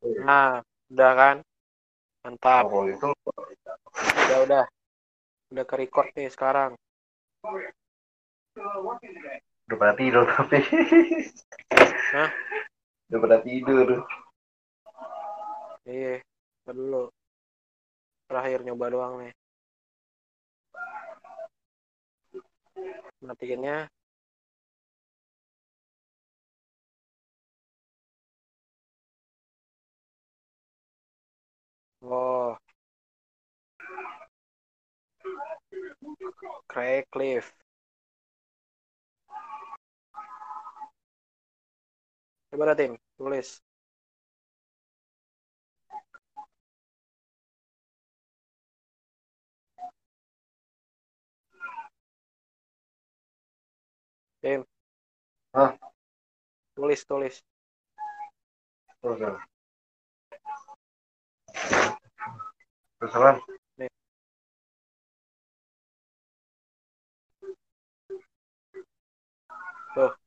Nah, udah kan? Mantap. Oh, itu Udah ke record nih sekarang. udah pada tidur tapi Nah, udah pada tidur. iya, ntar dulu. Terakhir nyoba doang nih. Matiinnya. Oh, Craigcliff. Coba dah, Tim, tulis. Tim, Hah? tulis. Terus terus Nih, tuh.